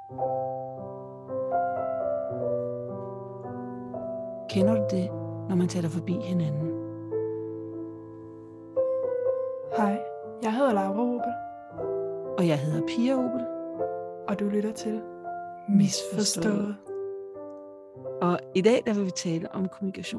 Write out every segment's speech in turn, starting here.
Kender du det, når man taler forbi hinanden? Hej, jeg hedder Laura Opel, Og jeg hedder Pia Opel. og du lytter til Misforstået. Og i dag der vil vi tale om kommunikation.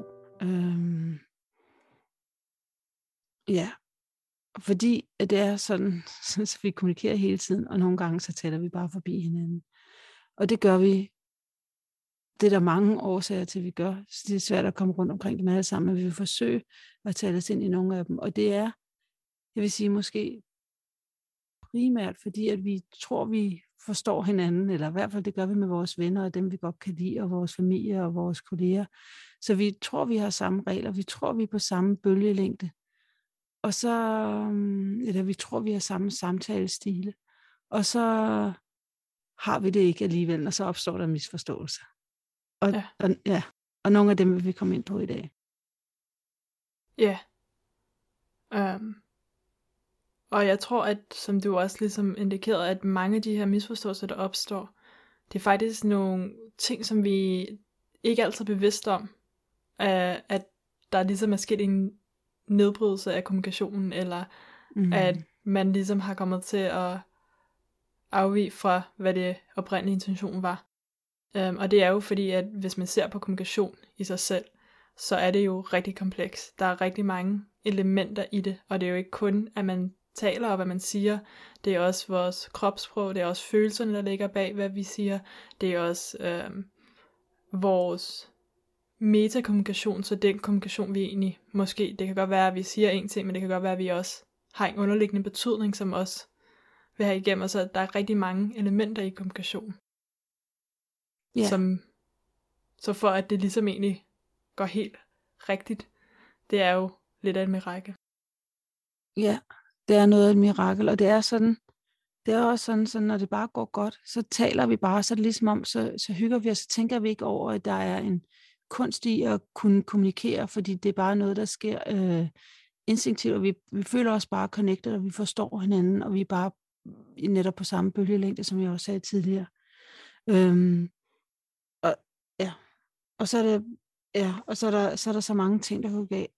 Ja, fordi at det er sådan, så vi kommunikerer hele tiden, og nogle gange så taler vi bare forbi hinanden. Og det gør vi. Det er der mange årsager til, at vi gør. Så det er svært at komme rundt omkring dem alle sammen, men vi vil forsøge at tale os ind i nogle af dem. Og det er, jeg vil sige måske primært, fordi at vi tror, vi forstår hinanden, eller i hvert fald det gør vi med vores venner, og dem vi godt kan lide, og vores familie og vores kolleger. Så vi tror, vi har samme regler, vi tror, vi er på samme bølgelængde. Og så, eller vi tror, vi har samme samtalestile. Og så har vi det ikke alligevel, og så opstår der misforståelser. Og nogle af dem vil vi komme ind på i dag. Ja. Og jeg tror, at som du også ligesom indikerede, at mange af de her misforståelser, der opstår, det er faktisk nogle ting, som vi ikke altid er bevidste om, at der ligesom er sket en nedbrydelse af kommunikationen, eller at man ligesom har kommet til at afvige fra, hvad det oprindelige intention var. Og det er jo fordi, at hvis man ser på kommunikation i sig selv, så er det jo rigtig kompleks. Der er rigtig mange elementer i det, og det er jo ikke kun, at man taler og hvad man siger. Det er også vores kropssprog, det er også følelserne, der ligger bag, hvad vi siger. Det er også vores metakommunikation, så den kommunikation, vi egentlig måske, det kan godt være, at vi siger en ting, men det kan godt være, at vi også har en underliggende betydning, som også vil have igennem. Så der er rigtig mange elementer i kommunikation. Ja. Så for at det ligesom egentlig går helt rigtigt, det er jo lidt af et mirakel. Ja, det er noget af et mirakel, og det er sådan, det er også sådan, når det bare går godt, så taler vi bare, så er det ligesom om, så hygger vi os, så tænker vi ikke over, at der er en kunst i at kunne kommunikere, fordi det er bare noget, der sker instinktivt, og vi føler os bare connected, og vi forstår hinanden, og vi er bare netop på samme bølgelængde, som jeg også sagde tidligere. Og så er det, og så er der så mange ting, der går galt.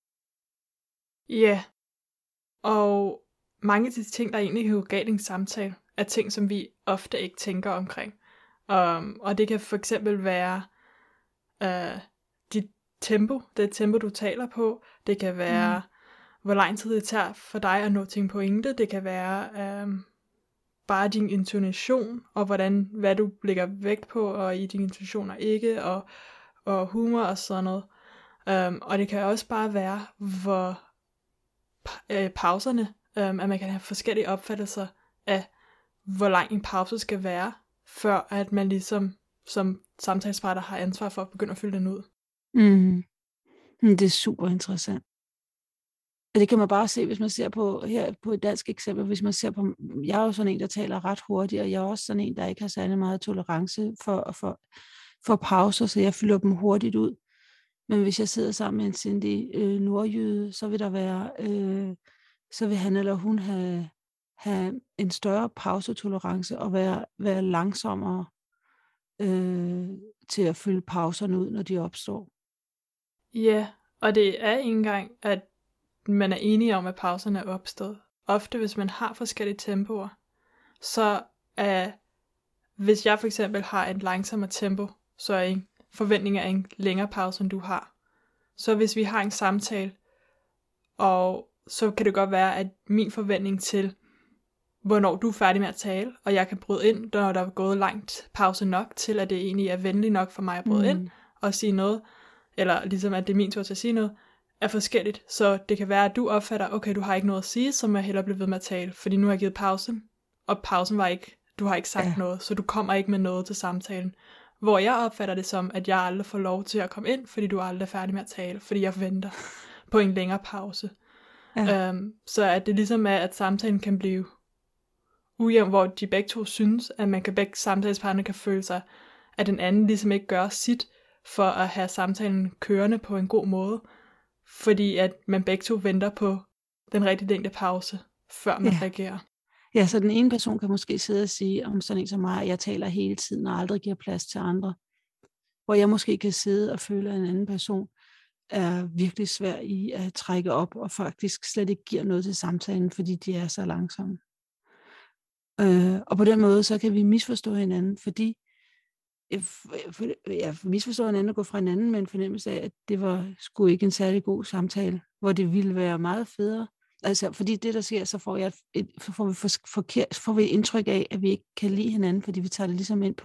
Ja, og mange af de ting, der egentlig kan gå galt i en samtale, er ting, som vi ofte ikke tænker omkring. Og det kan for eksempel være dit tempo, det tempo, du taler på. Det kan være, hvor lang tid det tager for dig at nå til en pointe. Det kan være bare din intonation, og hvad du lægger vægt på, og i dine intonationer ikke, og humor og sådan noget. Og det kan også bare være, hvor pauserne, at man kan have forskellige opfattelser af, hvor lang en pause skal være, før at man ligesom som samtalspartner har ansvar for at begynde at fylde den ud. Det er super interessant. Og det kan man bare se, hvis man ser på, her på et dansk eksempel, hvis man ser på, jeg er jo sådan en, der taler ret hurtigt, og jeg er også sådan en, der ikke har særlig meget tolerance for pauser, så jeg fylder dem hurtigt ud. Men hvis jeg sidder sammen med en sindig nordjyde, så vil der være, så vil han eller hun have en større pausetolerance og være langsommere til at fylde pauserne ud, når de opstår. Ja, og det er ikke engang, at man er enige om, at pauserne er opstået. Ofte, hvis man har forskellige tempoer, så hvis jeg for eksempel har et langsommere tempo, så er en forventning af en længere pause, end du har. Så hvis vi har en samtale, og så kan det godt være, at min forventning til, hvornår du er færdig med at tale, og jeg kan bryde ind, når der er gået langt pause nok, til at det egentlig er venligt nok for mig at bryde ind og sige noget, eller ligesom at det er min tur til at sige noget, er forskelligt. Så det kan være, at du opfatter, okay, du har ikke noget at sige, så må jeg hellere blive ved med at tale, fordi nu har jeg givet pause, og pausen var ikke, du har ikke sagt noget, så du kommer ikke med noget til samtalen. Hvor jeg opfatter det som, at jeg aldrig får lov til at komme ind, fordi du aldrig er færdig med at tale, fordi jeg venter på en længere pause. Ja. Så at det ligesom er, at samtalen kan blive ujævn, hvor de begge to synes, at man kan begge samtalespartnere kan føle sig, at den anden ligesom ikke gør sit, for at have samtalen kørende på en god måde, fordi at man begge to venter på den rigtige længde pause, før man reagerer. Ja, så den ene person kan måske sidde og sige om sådan en som mig, at jeg taler hele tiden og aldrig giver plads til andre. Hvor jeg måske kan sidde og føle, at en anden person er virkelig svær i at trække op, og faktisk slet ikke giver noget til samtalen, fordi de er så langsomme. Og på den måde, så kan vi misforstå hinanden, fordi misforstå hinanden og gå fra hinanden med en fornemmelse af, at det var sgu ikke en særlig god samtale, hvor det ville være meget federe. Altså, fordi det, der sker, så får vi et indtryk af, at vi ikke kan lide hinanden, fordi vi tager det ligesom ind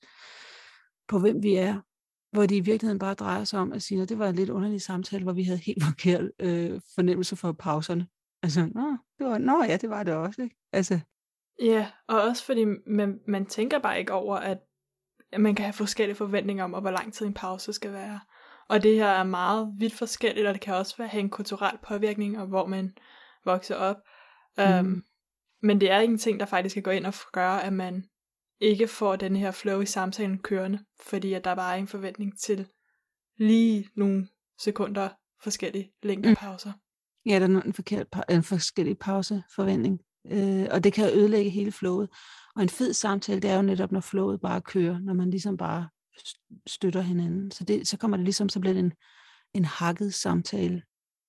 på hvem vi er, hvor det i virkeligheden bare drejer sig om at sige, at det var en lidt underlig samtale, hvor vi havde helt forkert fornemmelse for pauserne. Altså, det var det også, ikke? Altså. Ja, og også fordi man tænker bare ikke over, at man kan have forskellige forventninger om, hvor lang tid en pause skal være. Og det her er meget vidt forskelligt, og det kan også have en kulturel påvirkning, og hvor man vokser op. Men det er ikke en ting, der faktisk kan gå ind og gøre, at man ikke får den her flow i samtalen kørende, fordi at der bare er en forventning til lige nogle sekunder forskellige længder pauser. Ja, der er en forskellig pauseforventning, og det kan ødelægge hele flowet. Og en fed samtale, det er jo netop, når flowet bare kører, når man ligesom bare støtter hinanden. Så kommer det ligesom, så bliver det en hakket samtale.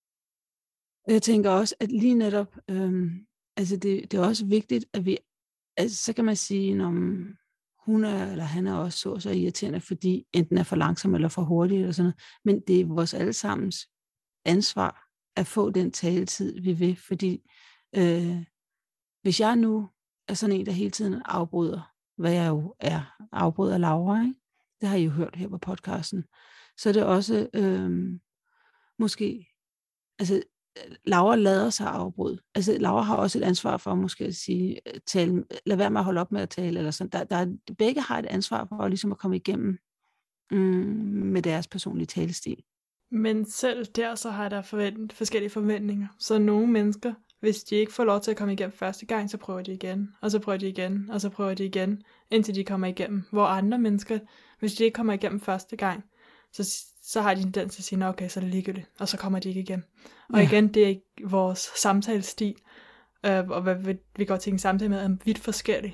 Og jeg tænker også, at lige netop, altså det er også vigtigt, at vi, altså så kan man sige, om hun er, eller han er også så irriterende, fordi enten er for langsom eller for hurtig, eller sådan noget. Men det er vores allesammens ansvar at få den taletid, vi vil. Fordi hvis jeg nu er sådan en, der hele tiden afbryder, hvad jeg jo er, afbryder Laura, ikke? Det har I jo hørt her på podcasten, så er det også måske, altså Laura lader sig afbryde. Altså Laura har også et ansvar for måske at sige, lad være med at holde op med at tale, eller sådan. Begge har et ansvar for ligesom at komme igennem med deres personlige talestil. Men selv der så har der forskellige forventninger. Så nogle mennesker, hvis de ikke får lov til at komme igennem første gang, så prøver de igen, og så prøver de igen, og så prøver de igen, indtil de kommer igennem. Hvor andre mennesker, hvis de ikke kommer igennem første gang, så har de en tendens til at sige, okay, så er det ligegyldigt, og så kommer de ikke igen. Og igen, det er vores samtalestil, og hvad vi går til en samtale med, er vidt forskelligt.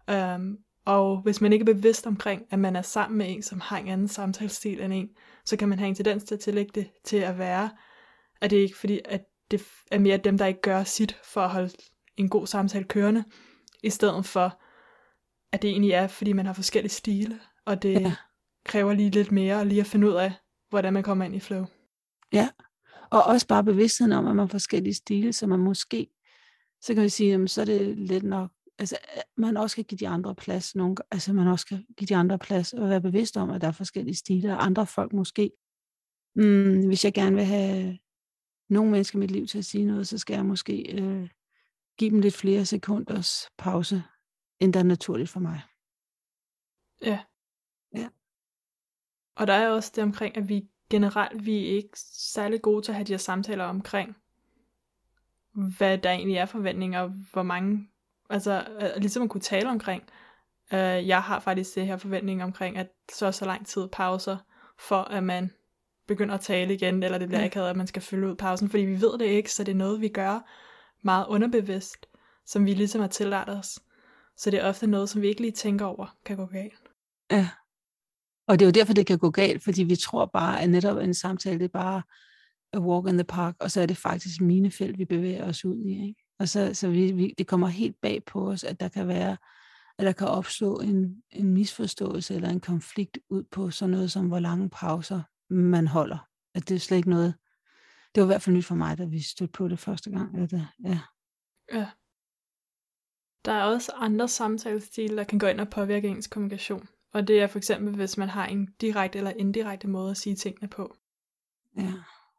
Og hvis man ikke er bevidst omkring, at man er sammen med en, som har en anden samtalestil end en, så kan man have en tendens til at tillægge det til at være, at det ikke fordi, at det er mere dem, der ikke gør sit for at holde en god samtale kørende, i stedet for, at det egentlig er, fordi man har forskellige stile, og det kræver lige lidt mere, lige at finde ud af, hvordan man kommer ind i flow. Ja, og også bare bevidstheden om, at man har forskellige stile, så man måske, så kan vi sige, jamen, så er det lidt nok, altså man også kan give de andre plads, man også kan give de andre plads, og være bevidst om, at der er forskellige stile, og andre folk måske, hvis jeg gerne vil have nogle mennesker i mit liv til at sige noget, så skal jeg måske give dem lidt flere sekunders pause, end der er naturligt for mig. Ja. Og der er også det omkring, at vi er ikke særlig gode til at have de her samtaler omkring, hvad der egentlig er forventninger, og hvor mange, altså ligesom at kunne tale omkring. Jeg har faktisk det her forventning omkring, at så lang tid pauser, for at man begynder at tale igen, eller det bliver ikke at man skal fylde ud pausen, fordi vi ved det ikke, så det er noget, vi gør meget underbevidst, som vi ligesom har tillært os. Så det er ofte noget, som vi ikke lige tænker over, kan gå galt. Ja. Og det er jo derfor, det kan gå galt, fordi vi tror bare, at netop en samtale, det er bare a walk in the park, og så er det faktisk minefelt, vi bevæger os ud i. Ikke? Og så det kommer helt bag på os, at der kan opstå en misforståelse eller en konflikt ud på sådan noget som, hvor lange pauser man holder. At det er slet ikke noget, det var i hvert fald nyt for mig, da vi stødte på det første gang. Ja. Der er også andre samtalestile, der kan gå ind og påvirke ens kommunikation. Og det er for eksempel, hvis man har en direkte eller indirekte måde at sige tingene på. Ja.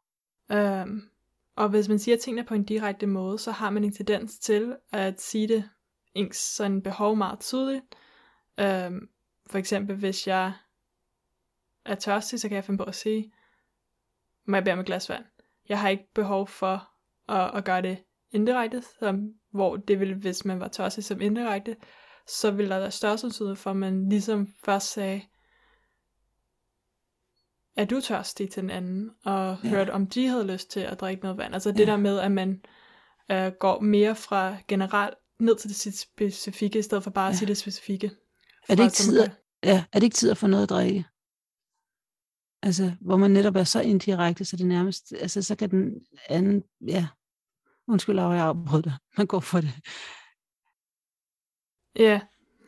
Og hvis man siger tingene på en direkte måde, så har man en tendens til at sige det ens sådan behov meget tydeligt. For eksempel, hvis jeg er tørstig, så kan jeg finde på at sige, må jeg bede om et glas vand. Jeg har ikke behov for at gøre det indirekte, hvor det ville, hvis man var tørstig som indirekte, så ville der være større sandsynlighed for, at man ligesom først sagde, er du tørstig til den anden, og hørte, om de havde lyst til at drikke noget vand. Altså det der med, at man går mere fra generelt ned til det specifikke, i stedet for bare at sige det specifikke. Er det ikke tid at få noget at drikke? Altså, hvor man netop er så indirekte, så det nærmest, altså så kan den anden, undskyld, Laura, jeg afbrød dig. Man går for det. Ja.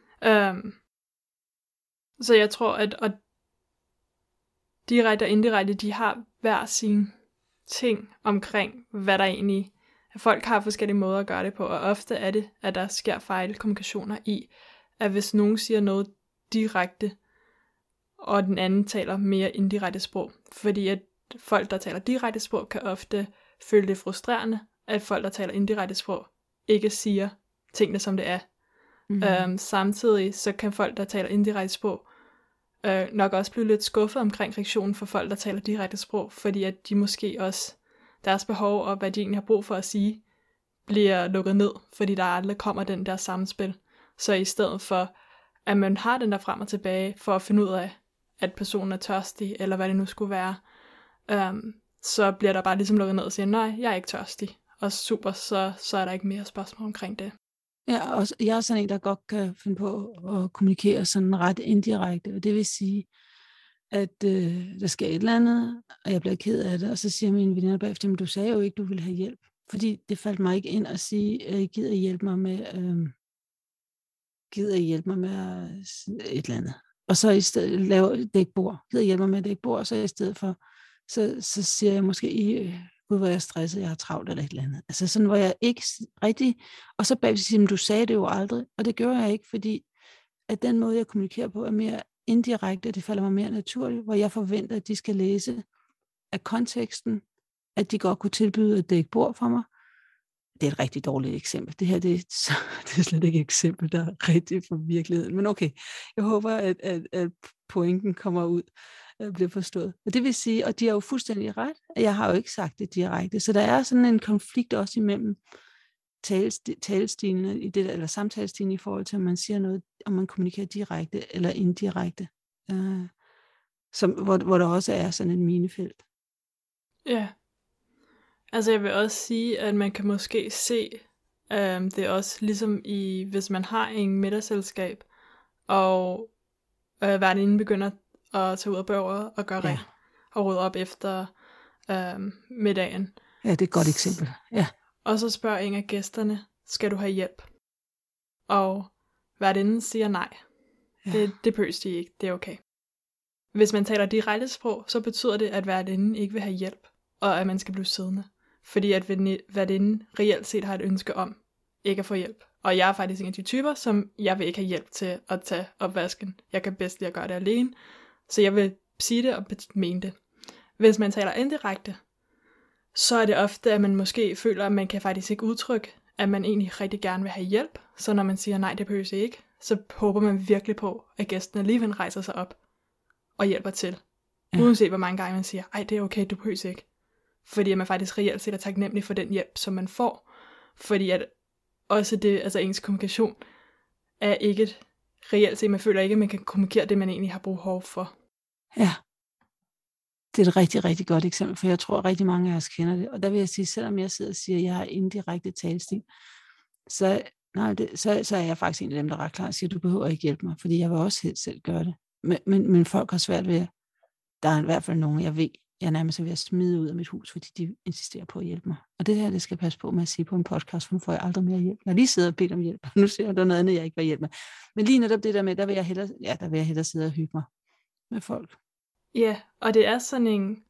Så jeg tror, at direkte og indirekte, de har hver sin ting omkring, hvad der egentlig. Folk har forskellige måder at gøre det på, og ofte er det, at der sker fejlkommunikationer i, at hvis nogen siger noget direkte, og den anden taler mere indirekte sprog. Fordi at folk, der taler direkte sprog, kan ofte føle det frustrerende, at folk, der taler indirekte sprog, ikke siger tingene, som det er. Samtidig så kan folk, der taler indirekte sprog, nok også blive lidt skuffet omkring reaktionen for folk, der taler direkte sprog, fordi at de måske også, deres behov og hvad de egentlig har brug for at sige, bliver lukket ned, fordi der aldrig kommer den der samspil. Så i stedet for, at man har den der frem og tilbage, for at finde ud af, at personen er tørstig, eller hvad det nu skulle være, så bliver der bare ligesom lukket ned og siger, nej, jeg er ikke tørstig. Og super, så er der ikke mere spørgsmål omkring det. Ja, og jeg er sådan en, der godt kan finde på at kommunikere sådan ret indirekte, og det vil sige, at der sker et eller andet, og jeg bliver ked af det, og så siger min veninde bagefter, men du sagde jo ikke, du ville have hjælp, fordi det faldt mig ikke ind at sige, gider I hjælpe mig med, et eller andet. Og så i stedet lave dækbord, gider I hjælpe mig med et dækbord, og så i stedet for, så siger jeg måske, gud, hvor jeg er stresset, jeg har travlt eller et eller andet. Altså sådan, hvor jeg ikke rigtig, og så bagved siger, du sagde det jo aldrig, og det gjorde jeg ikke, fordi at den måde, jeg kommunikerer på, er mere indirekte, det falder mig mere naturligt, hvor jeg forventer, at de skal læse af konteksten, at de godt kunne tilbyde et dækbord for mig. Det er et rigtig dårligt eksempel. Det her, det er slet ikke et eksempel, der er rigtigt for virkeligheden. Men okay, jeg håber, at pointen kommer ud, bliver forstået. Og det vil sige, og de har jo fuldstændig ret, at jeg har jo ikke sagt det direkte. Så der er sådan en konflikt også imellem talestilen i det, eller samtalestilen i forhold til, om man siger noget, om man kommunikerer direkte eller indirekte. Hvor der også er sådan en minefelt. Ja. Altså jeg vil også sige, at man kan måske se, det er også ligesom hvis man har en middagsselskab, og værtinden begynder at tage ud af bøger og gøre rent, og rydde op efter middagen. Ja, det er et godt eksempel. Ja. Og så spørger en af gæsterne, skal du have hjælp? Og værtinden siger nej. Ja. Det behøver de ikke, det er okay. Hvis man taler direkte sprog, så betyder det, at værtinden ikke vil have hjælp, og at man skal blive siddende. Fordi at værtinden reelt set har et ønske om ikke at få hjælp. Og jeg er faktisk en af de typer, som jeg vil ikke have hjælp til at tage opvasken. Jeg kan bedst lide at gøre det alene. Så jeg vil sige det og mene det. Hvis man taler indirekte, så er det ofte, at man måske føler, at man kan faktisk ikke udtrykke, at man egentlig rigtig gerne vil have hjælp. Så når man siger, nej, det behøver ikke, så håber man virkelig på, at gæsten alligevel rejser sig op og hjælper til. Ja. Uanset hvor mange gange man siger, ej, det er okay, du behøver ikke. Fordi at man faktisk reelt set er taknemmelig for den hjælp, som man får. Fordi at også det, altså ens kommunikation, er ikke et reelt set, man føler ikke, at man kan kommunikere det, man egentlig har behov for. Ja, det er et rigtig, rigtig godt eksempel, for jeg tror, at rigtig mange af os kender det. Og der vil jeg sige, selvom jeg sidder og siger, at jeg har indirekte talestil, så er jeg faktisk en af dem, der er ret klar og siger, at du behøver ikke hjælpe mig, fordi jeg vil også helt selv gøre det. Men folk har svært ved, der er i hvert fald nogen, jeg ved, jeg er nærmest ved at smide ud af mit hus, fordi de insisterer på at hjælpe mig. Og det her, det skal jeg passe på med at sige på en podcast, for nu får jeg aldrig mere hjælp. Jeg lige sidder og beder om hjælp, og nu ser jeg, der er noget andet, jeg ikke vil hjælpe med. Men lige netop det der med, der vil jeg hellere sidde og hygge mig med folk. Ja, og det er sådan en,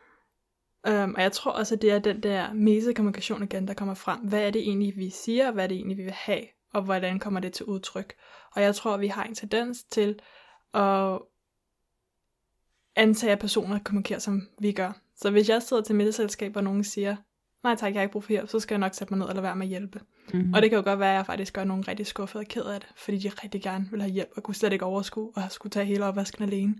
og jeg tror også, at det er den der mesekommunikation igen, der kommer frem. Hvad er det egentlig, vi siger, og hvad er det egentlig, vi vil have, og hvordan kommer det til udtryk? Og jeg tror, at vi har en tendens til at antage, at personer kommunikerer, som vi gør. Så hvis jeg sidder til middagsselskab, og nogen siger, nej tak, jeg har ikke brug for hjælp, så skal jeg nok sætte mig ned eller være med at hjælpe. Mm-hmm. Og det kan jo godt være, at jeg faktisk gør nogen rigtig skuffet og ked af det, fordi de rigtig gerne vil have hjælp, og kunne slet ikke overskue, og skulle tage hele opvasken alene.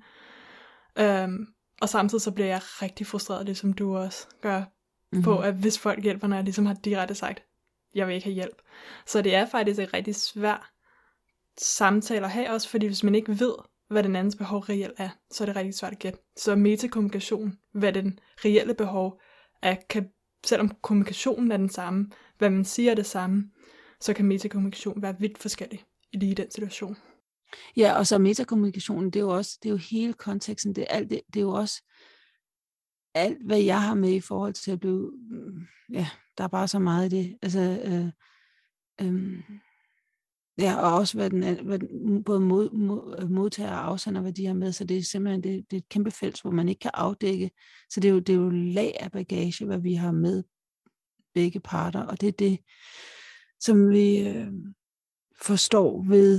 Og samtidig så bliver jeg rigtig frustreret, det som du også gør, på at hvis folk hjælper, når jeg ligesom har direkte sagt, jeg vil ikke have hjælp. Så det er faktisk et rigtig svært samtale at have også, fordi hvis man ikke ved, hvad den andens behov reelt er, så er det rigtig svært at gætte. Så metakommunikation, hvad den reelle behov er, selvom kommunikationen er den samme, hvad man siger er det samme, så kan metakommunikation være vidt forskellig i lige den situation. Ja, og så metakommunikationen, det er jo hele konteksten, det er jo også alt, hvad jeg har med i forhold til at blive, ja, der er bare så meget i det, altså, ja, og også hvad både modtager og afsender, hvad de har med, så det er simpelthen det er et kæmpe felt, hvor man ikke kan afdække, så det er jo lag af bagage, hvad vi har med begge parter, og det er det, som vi forstår ved.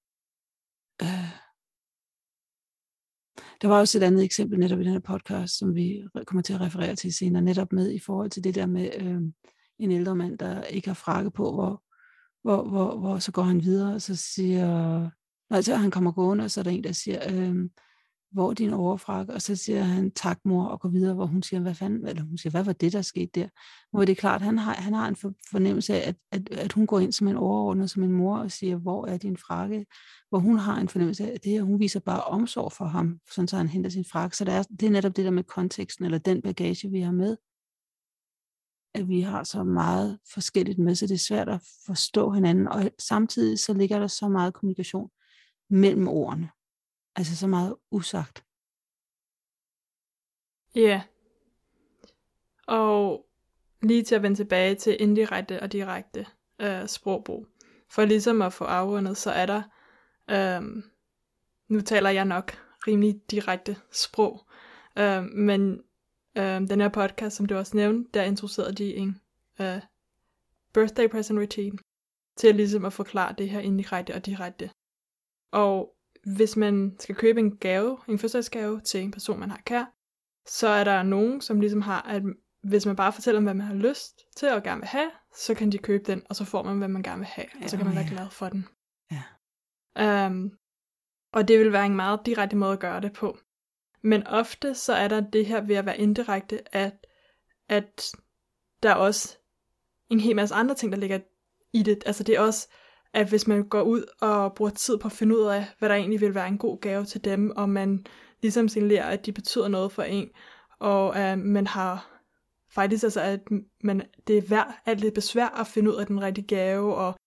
Der var også et andet eksempel netop i den her podcast, som vi kommer til at referere til senere, netop med i forhold til det der med en ældre mand, der ikke har frakke på, hvor så går han videre, og så siger, så han kommer gående, og så er der en, der siger, hvor er din overfrakke? Og så siger han, tak mor, og går videre, hvor hun siger, hvad var det, der skete der? Hvor det er klart, han har en fornemmelse af, at hun går ind som en overordnet, som en mor, og siger, hvor er din frakke? Hvor hun har en fornemmelse af, at det her, hun viser bare omsorg for ham, sådan så han henter sin frakke. Så det er netop det der med konteksten, eller den bagage, vi har med, at vi har så meget forskelligt med, så det er svært at forstå hinanden, og samtidig så ligger der så meget kommunikation mellem ordene. Altså så meget usagt. Ja. Og lige til at vende tilbage til indirekte og direkte sprogbrug. For ligesom at få afrundet, så er der, nu taler jeg nok rimelig direkte sprog, men den her podcast, som du også nævnte, der introducerede de en birthday present routine, til ligesom at forklare det her indirekte og direkte. Og hvis man skal købe en gave, en fødselsdagsgave til en person, man har kær, så er der nogen, som ligesom har, at hvis man bare fortæller dem, hvad man har lyst til og gerne vil have, så kan de købe den, og så får man, hvad man gerne vil have, og så kan man være glad for den. Ja. Og det vil være en meget direkte måde at gøre det på. Men ofte så er der det her ved at være indirekte, at der er også en hel masse andre ting, der ligger i det. Altså det er også, at hvis man går ud og bruger tid på at finde ud af, hvad der egentlig vil være en god gave til dem, og man ligesom signalerer, at de betyder noget for en, og at man har faktisk altså, at det er værd alt det besvær at finde ud af den rigtige gave, og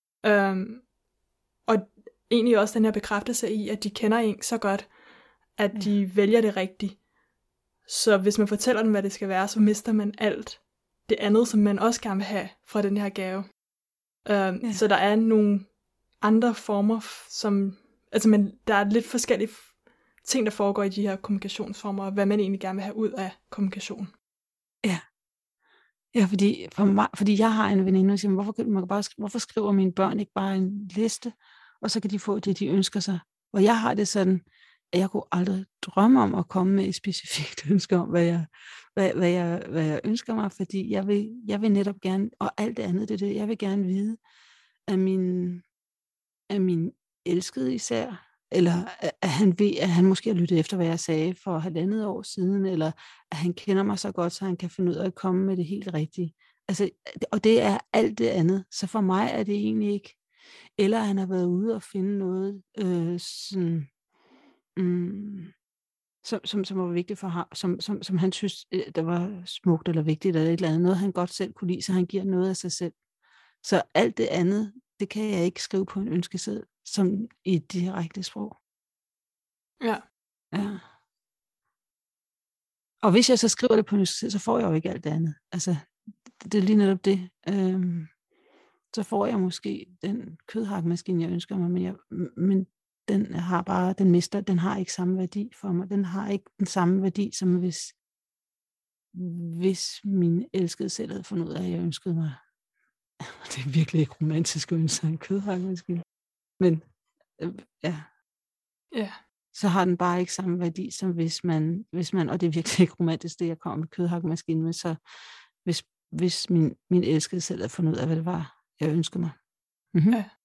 egentlig også den her bekræftelse i, at de kender en så godt, at de vælger det rigtigt. Så hvis man fortæller dem, hvad det skal være, så mister man alt det andet, som man også gerne vil have fra den her gave. Så der er nogle andre former, som, altså der er lidt forskellige ting, der foregår i de her kommunikationsformer, og hvad man egentlig gerne vil have ud af kommunikation. Ja, fordi jeg har en veninde, der siger, hvorfor skriver mine børn ikke bare en liste, og så kan de få det, de ønsker sig. Og jeg har det sådan, at jeg kunne aldrig drømme om at komme med et specifikt ønske om, hvad jeg ønsker mig, fordi jeg vil netop gerne, og alt det andet, det jeg vil gerne vide, at min elskede især, eller at han ved, at han måske har lyttet efter, hvad jeg sagde for 1,5 år siden, eller at han kender mig så godt, så han kan finde ud af at komme med det helt rigtige. Altså, og det er alt det andet. Så for mig er det egentlig ikke, eller han har været ude og finde noget, som var vigtigt for ham, som han synes, der var smukt eller vigtigt, eller et eller andet, noget han godt selv kunne lide, så han giver noget af sig selv. Så alt det andet, det kan jeg ikke skrive på en ønskeseddel, som i et direkte sprog. Ja. Og hvis jeg så skriver det på en ønskeseddel, så får jeg jo ikke alt det andet. Altså, det er lige netop det. Så får jeg måske den kødhakkemaskine, jeg ønsker mig, men den har bare, den har ikke samme værdi for mig. Den har ikke den samme værdi, som hvis min elskede selv havde fundet ud af, at jeg ønskede mig. Det er virkelig ikke romantisk at ønske sig en kødhakkemaskine. Men så har den bare ikke samme værdi, som hvis man, og det er virkelig ikke romantisk, det jeg kommer med kødhakkemaskinen med, så hvis min elskede selv havde fundet ud af, hvad det var, jeg ønskede mig. Mm-hmm. Ja.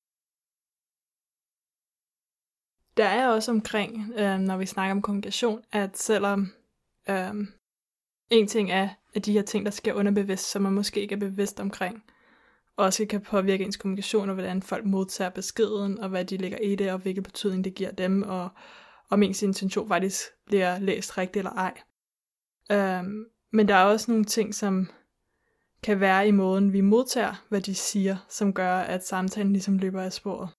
Der er også omkring, når vi snakker om kommunikation, at selvom en ting er, at de her ting, der sker underbevidst, som man måske ikke er bevidst omkring, også kan påvirke ens kommunikation, og hvordan folk modtager beskeden, og hvad de lægger i det, og hvilken betydning det giver dem, og om ens intention faktisk bliver læst rigtigt eller ej. Men der er også nogle ting, som kan være i måden, vi modtager, hvad de siger, som gør, at samtalen ligesom løber af sporet.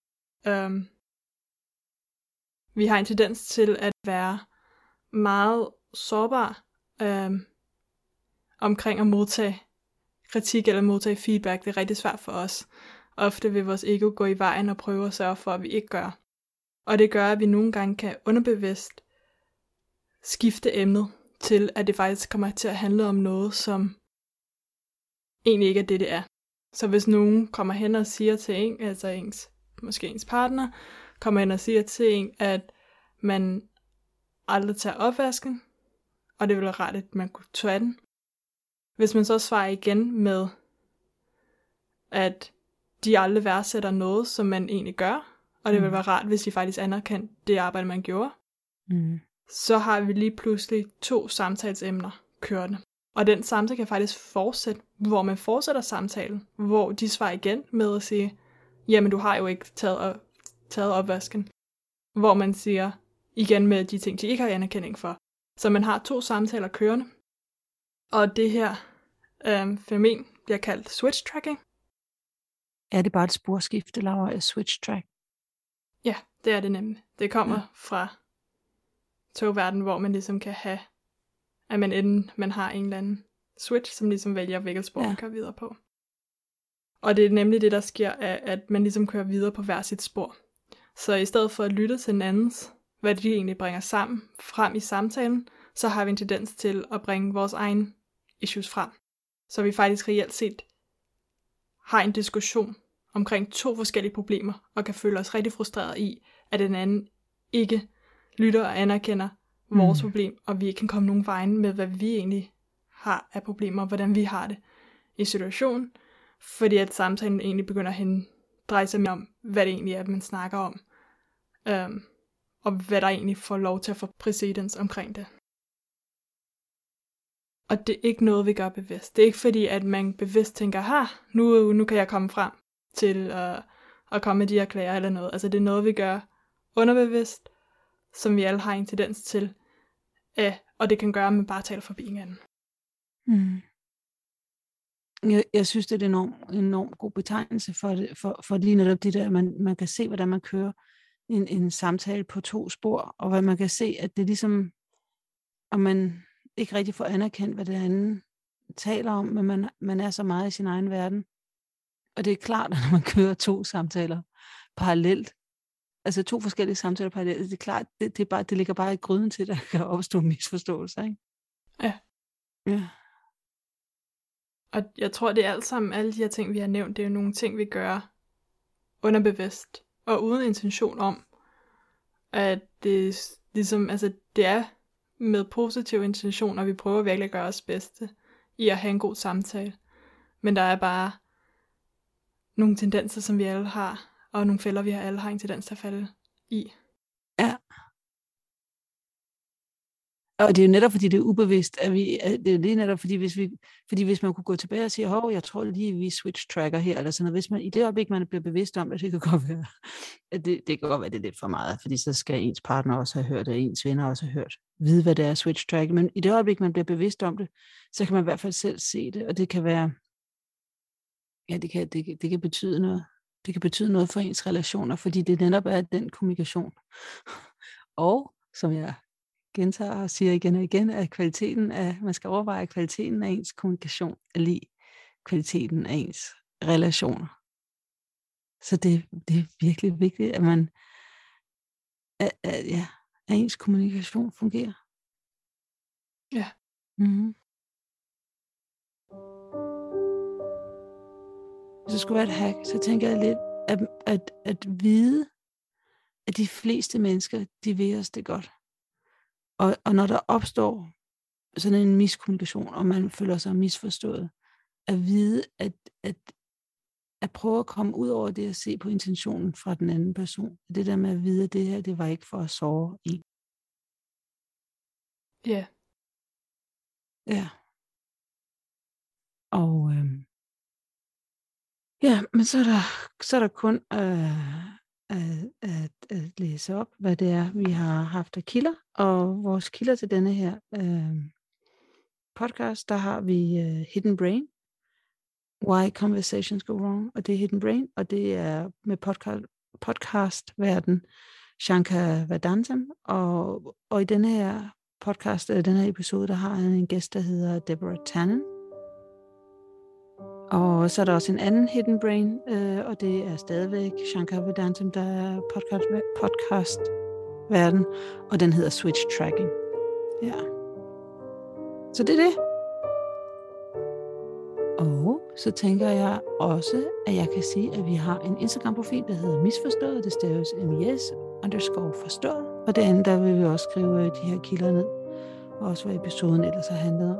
Vi har en tendens til at være meget sårbar omkring at modtage kritik eller modtage feedback. Det er rigtig svært for os. Ofte vil vores ego gå i vejen og prøve at sørge for, at vi ikke gør. Og det gør, at vi nogle gange kan underbevidst skifte emnet til, at det faktisk kommer til at handle om noget, som egentlig ikke er det er. Så hvis nogen kommer hen og siger til en, altså måske ens partner, kommer hen og siger til en, at man aldrig tager opvasken, og det ville være rart, at man kunne tage den. Hvis man så svarer igen med, at de aldrig værdsætter noget, som man egentlig gør, og det ville være rart, hvis de faktisk anerkendte det arbejde, man gjorde, så har vi lige pludselig 2 samtalsemner kørende. Og den samtale kan faktisk fortsætte, hvor man fortsætter samtalen, hvor de svarer igen med at sige, jamen du har jo ikke taget opvasken. Hvor man siger igen med de ting, de ikke har anerkending for. Så man har 2 samtaler kørende. Og det her fænomen bliver kaldt switch tracking. Er det bare et sporskifte, Laura, af switch track? Ja, det er det nemlig. Det kommer fra togverdenen, hvor man ligesom kan have, at man har en eller anden switch, som ligesom vælger, hvilket spor man kører videre på. Og det er nemlig det, der sker, at man ligesom kører videre på hver sit spor. Så i stedet for at lytte til den andens, hvad de egentlig bringer sammen frem i samtalen, så har vi en tendens til at bringe vores egen issues frem. Så vi faktisk reelt set har en diskussion omkring 2 forskellige problemer, og kan føle os rigtig frustreret i, at den anden ikke lytter og anerkender vores problem, og vi ikke kan komme nogen vejen med, hvad vi egentlig har af problemer, og hvordan vi har det i situationen, fordi at samtalen egentlig begynder at dreje sig mere om, hvad det egentlig er, man snakker om, og hvad der egentlig får lov til at få præcedens omkring det. Og det er ikke noget, vi gør bevidst. Det er ikke fordi, at man bevidst tænker, nu kan jeg komme frem til at komme med de her klager eller noget. Altså det er noget, vi gør underbevidst, som vi alle har en tendens til, og det kan gøre, at man bare taler forbi hinanden. Jeg synes, det er en enormt god betegnelse for lige netop det der, man kan se, hvordan man kører en samtale på 2 spor, og hvad man kan se, at det ligesom, og man ikke rigtig får anerkendt, hvad det andet taler om, men man er så meget i sin egen verden. Og det er klart, at når man kører 2 samtaler parallelt, altså 2 forskellige samtaler parallelt, det er klart, det ligger bare i gryden til, at der kan opstå misforståelser, ikke? Ja. Og jeg tror, det er alt sammen, alle de her ting, vi har nævnt, det er jo nogle ting, vi gør underbevidst, og uden intention om, at det ligesom, altså det er med positiv intention, og vi prøver virkelig at gøre os bedste i at have en god samtale. Men der er bare nogle tendenser, som vi alle har, og nogle fælder, vi alle har en tendens til at falde i. Ja. Og det er jo netop, fordi det er ubevidst, det er lige netop, fordi hvis man kunne gå tilbage og sige, jeg tror lige, vi switch tracker her, eller sådan noget, hvis man i det øjeblik, man bliver bevidst om, at det kan godt være, at det kan godt være, det er lidt for meget, fordi så skal ens partner også have hørt, og ens venner også have hørt, vide, hvad det er switch track, men i det øjeblik, man bliver bevidst om det, så kan man i hvert fald selv se det, og det kan være, det kan betyde noget. Det kan betyde noget for ens relationer, fordi det netop er den kommunikation. Og, som jeg gentager og siger igen og igen, at man skal overveje kvaliteten af ens kommunikation, lige kvaliteten af ens relationer. Så det er virkelig vigtigt, at man at ens kommunikation fungerer. Ja. Mm-hmm. Hvis det skulle være et hack, så tænker jeg lidt, at vide, at de fleste mennesker, de vil os det godt. Og når der opstår sådan en miskommunikation, og man føler sig misforstået, at vide, at prøve at komme ud over det, at se på intentionen fra den anden person. Det der med at vide, at det her, det var ikke for at såre en. Ja. Ja. Og men så er der kun at læse op, hvad det er, vi har haft af kilder. Og vores kilder til denne her podcast, der har vi Hidden Brain, Why Conversations Go Wrong, og det er Hidden Brain, og det er med podcastverden Shankar Vedantam, og i denne her podcast, eller den her episode, der har han en gæst, der hedder Deborah Tannen. Og så er der også en anden Hidden Brain, og det er stadigvæk Shankar Vedantam, der er podcastverden, og den hedder Switch Tracking. Ja. Så det er det. Og så tænker jeg også, at jeg kan sige, at vi har en Instagram-profil, der hedder Misforstået. Det staves MIS_forstået. Og derinde, der vil vi også skrive de her kilder ned. Og også hvad episoden ellers har handlet om.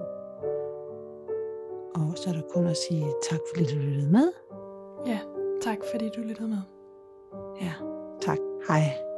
Og så er der kun at sige tak, fordi du lyttede med. Ja, tak fordi du lyttede med. Ja, tak. Hej.